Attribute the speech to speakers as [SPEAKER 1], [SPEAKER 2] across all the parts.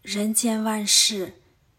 [SPEAKER 1] 人间万事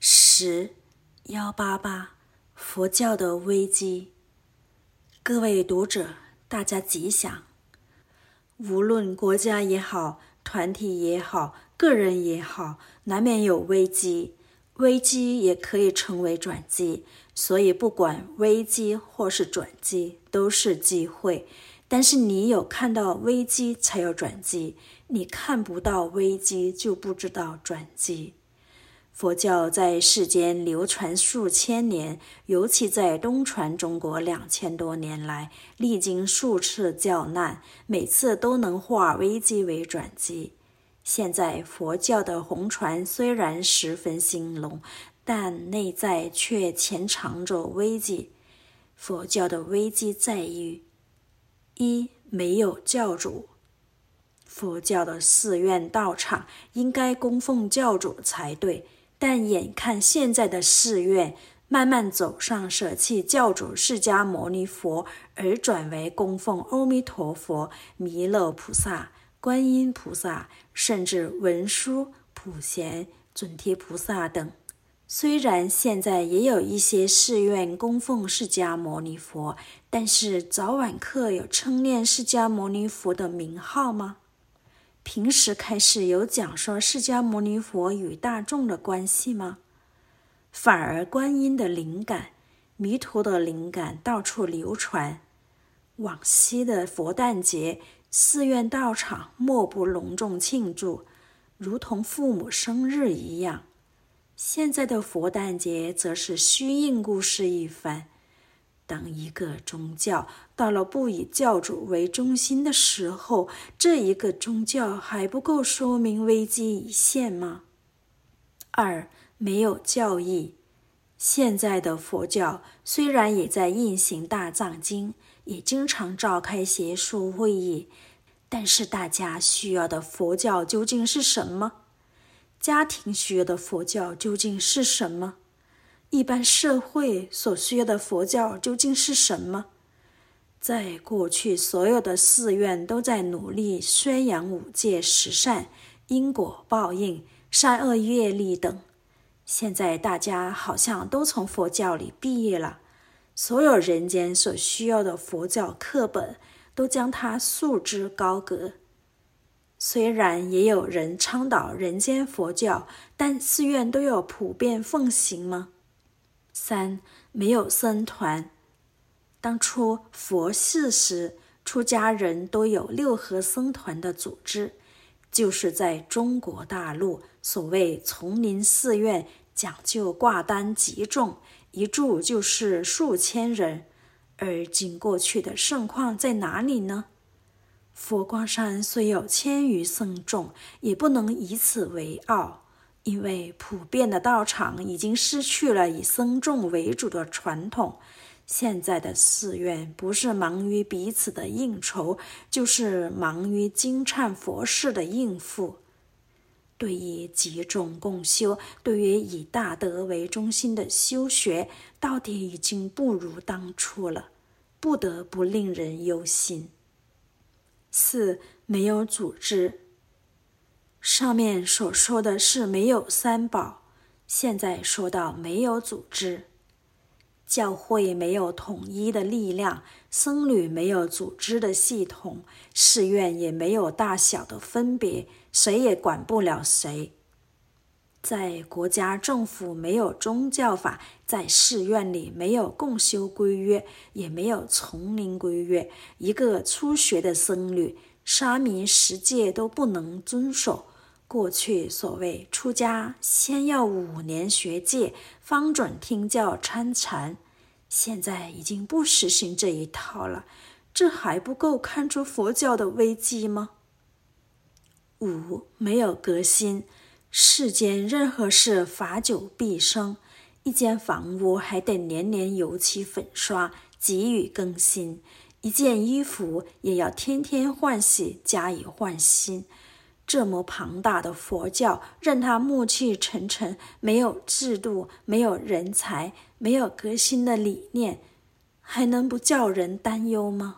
[SPEAKER 1] 10-188佛教的危机。各位读者，大家吉祥。无论国家也好，团体也好，个人也好，难免有危机。危机也可以成为转机，所以不管危机或是转机，都是机会。但是你有看到危机才有转机，你看不到危机就不知道转机。佛教在世间流传数千年，尤其在东传中国2000多年来，历经数次教难，每次都能化危机为转机。现在佛教的红传虽然十分兴隆，但内在却潜藏着危机。佛教的危机在于一，没有教主。佛教的寺院道场应该供奉教主才对，但眼看现在的寺院慢慢走上舍弃教主释迦牟尼佛，而转为供奉阿弥陀佛、弥勒菩萨、观音菩萨，甚至文殊、普贤、准提菩萨等。虽然现在也有一些寺院供奉释迦牟尼佛，但是早晚课有称念释迦牟尼佛的名号吗？平时开始有讲说释迦牟尼佛与大众的关系吗？反而观音的灵感、弥陀的灵感到处流传。往昔的佛诞节，寺院道场莫不隆重庆祝，如同父母生日一样。现在的佛诞节则是虚应故事一番。当一个宗教到了不以教主为中心的时候，这一个宗教还不够说明危机已现吗？二，没有教义。现在的佛教虽然也在印行大藏经，也经常召开学术会议，但是大家需要的佛教究竟是什么？家庭需要的佛教究竟是什么？一般社会所需要的佛教究竟是什么？在过去，所有的寺院都在努力宣扬五戒十善、因果报应、善恶业力等。现在大家好像都从佛教里毕业了，所有人间所需要的佛教课本都将它束之高阁。虽然也有人倡导人间佛教，但寺院都有普遍奉行吗？三，没有僧团。当初佛世时，出家人都有六合僧团的组织，就是在中国大陆，所谓丛林寺院讲究挂单极重，一住就是数千人。而今过去的盛况在哪里呢？佛光山虽有1000余僧众，也不能以此为傲，因为普遍的道场已经失去了以僧众为主的传统。现在的寺院不是忙于彼此的应酬，就是忙于经忏佛事的应付。对于集众共修，对于以大德为中心的修学，到底已经不如当初了，不得不令人忧心。四，没有组织。上面所说的是没有三宝，现在说到没有组织。教会没有统一的力量，僧侣没有组织的系统，寺院也没有大小的分别，谁也管不了谁。在国家政府没有宗教法，在寺院里没有共修规约，也没有丛林规约，一个初学的僧侣沙弥10戒都不能遵守。过去所谓出家先要5年学戒，方准听教参禅，现在已经不实行这一套了，这还不够看出佛教的危机吗？五，没有革新。世间任何事法久必生，一间房屋还得年年油漆粉刷，给予更新，一件衣服也要天天换洗，加以换新。这么庞大的佛教，任它暮气沉沉，没有制度，没有人才，没有革新的理念，还能不叫人担忧吗？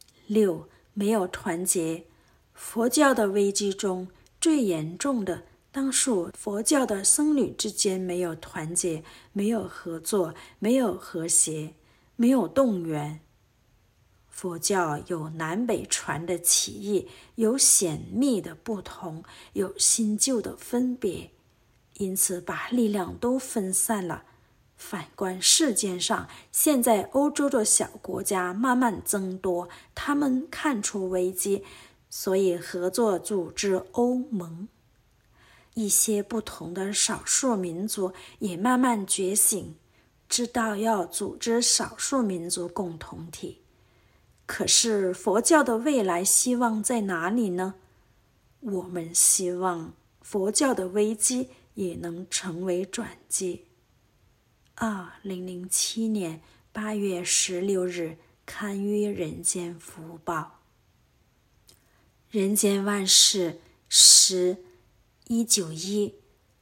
[SPEAKER 1] 六，没有团结。佛教的危机中最严重的当属佛教的僧侣之间没有团结，没有合作，没有和谐，没有动员。佛教有南北传的歧义，有显密的不同，有新旧的分别，因此把力量都分散了。反观世界上，现在欧洲的小国家慢慢增多，他们看出危机，所以合作组织欧盟。一些不同的少数民族也慢慢觉醒，知道要组织少数民族共同体。可是佛教的未来希望在哪里呢？我们希望佛教的危机也能成为转机。2007年8月16日刊于人间福报。人间万事1191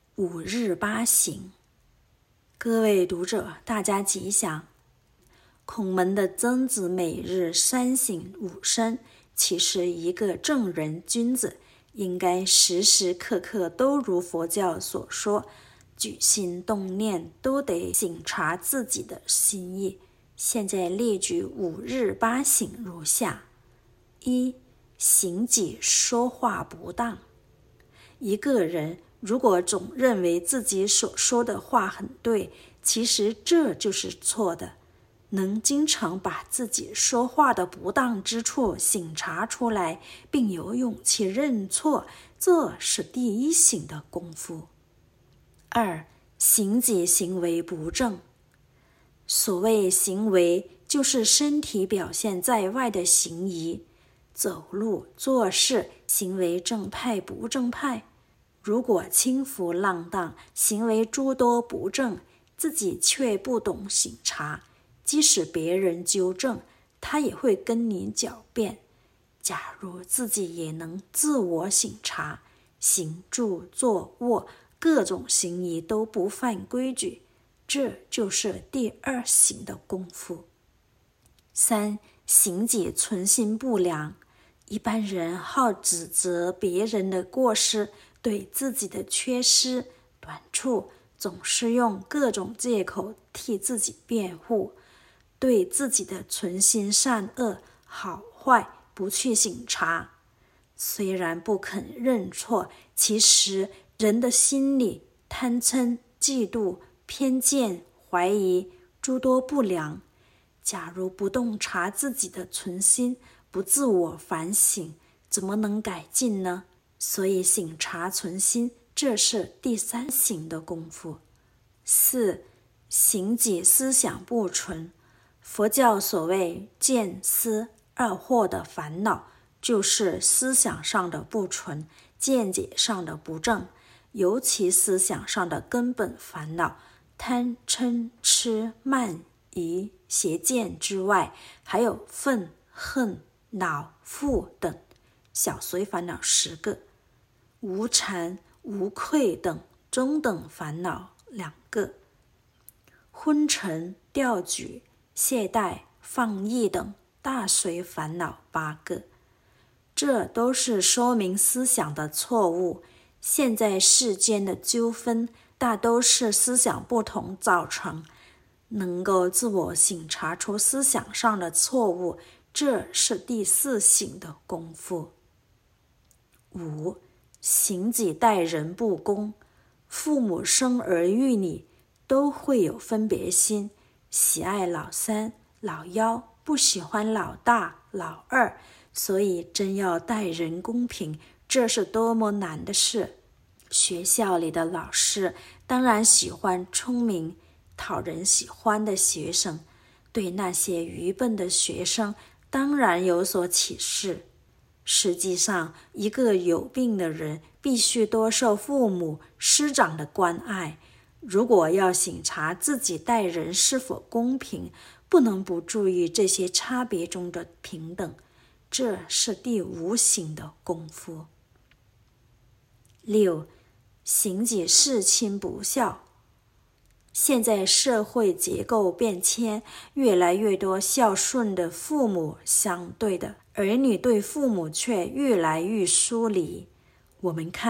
[SPEAKER 1] 5日8省。各位读者，大家吉祥。孔门的曾子每日3省5身，其实一个正人君子应该时时刻刻都如佛教所说，举心动念都得省察自己的心意。现在列举5日8省如下：一、行己说话不当。一个人如果总认为自己所说的话很对，其实这就是错的。能经常把自己说话的不当之处省察出来，并有勇气认错，这是第一省的功夫。二、行己行为不正。所谓行为，就是身体表现在外的行仪，走路、做事，行为正派不正派。如果轻浮浪荡，行为诸多不正，自己却不懂省察，即使别人纠正，他也会跟你狡辩。假如自己也能自我省察，行住坐卧各种行仪都不犯规矩，这就是第二省的功夫。三、行己存心不良。一般人好指责别人的过失，对自己的缺失、短处，总是用各种借口替自己辩护，对自己的存心善恶、好坏不去省察。虽然不肯认错，其实人的心里贪嗔、嫉妒、偏见、怀疑诸多不良。假如不洞察自己的存心，不自我反省，怎么能改进呢？所以省察存心，这是第三省的功夫。四、行己思想不纯。佛教所谓见思二惑的烦恼，就是思想上的不纯，见解上的不正，尤其思想上的根本烦恼，贪嗔痴慢疑邪见之外，还有愤恨恼负等小随烦恼10个，无惭无愧等中等烦恼2个，昏沉掉举懈怠放逸等大随烦恼8个。这都是说明思想的错误。现在世间的纠纷大都是思想不同造成，能够自我省察出思想上的错误，这是第4省的功夫。5. 行己待人不公。父母生儿育女都会有分别心，喜爱老三、老幺，不喜欢老大、老二，所以真要待人公平，这是多么难的事。学校里的老师当然喜欢聪明、讨人喜欢的学生，对那些愚笨的学生当然有所启示。实际上，一个有病的人必须多受父母、师长的关爱。如果要省察自己待人是否公平，不能不注意这些差别中的平等，这是第5省的功夫。6. 行己事亲不孝。现在社会结构变迁，越来越多孝顺的父母，相对的儿女对父母却越来越疏离。我们看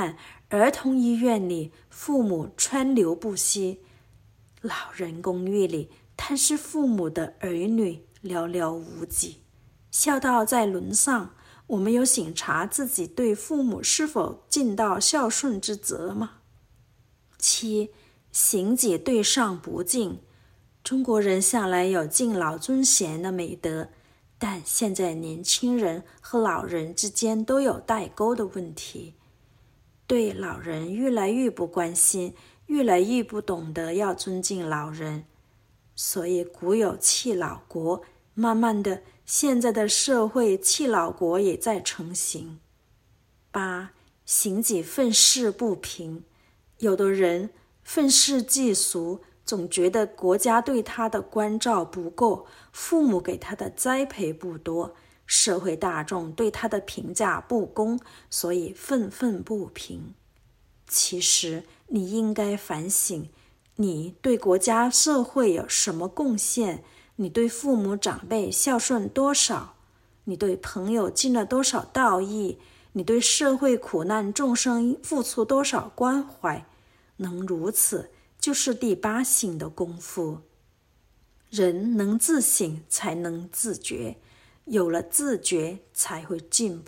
[SPEAKER 1] 儿童医院里父母川流不息，老人公寓里探视父母的儿女寥寥无几。孝道在伦上，我们有省察自己对父母是否尽到孝顺之责吗？7. 行己对上不敬。中国人向来有敬老尊贤的美德，但现在年轻人和老人之间都有代沟的问题，对老人越来越不关心，越来越不懂得要尊敬老人。所以古有弃老国，慢慢的，现在的社会弃老国也在成型。8. 行己愤世不平。有的人愤世嫉俗，总觉得国家对他的关照不够，父母给他的栽培不多，社会大众对他的评价不公，所以愤愤不平。其实你应该反省，你对国家社会有什么贡献？你对父母长辈孝顺多少？你对朋友尽了多少道义？你对社会苦难众生付出多少关怀？能如此，就是第8省的功夫。人能自省，才能自觉，有了自觉，才会进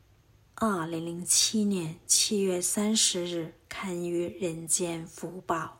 [SPEAKER 1] 步。2007年7月30日刊于人间福报。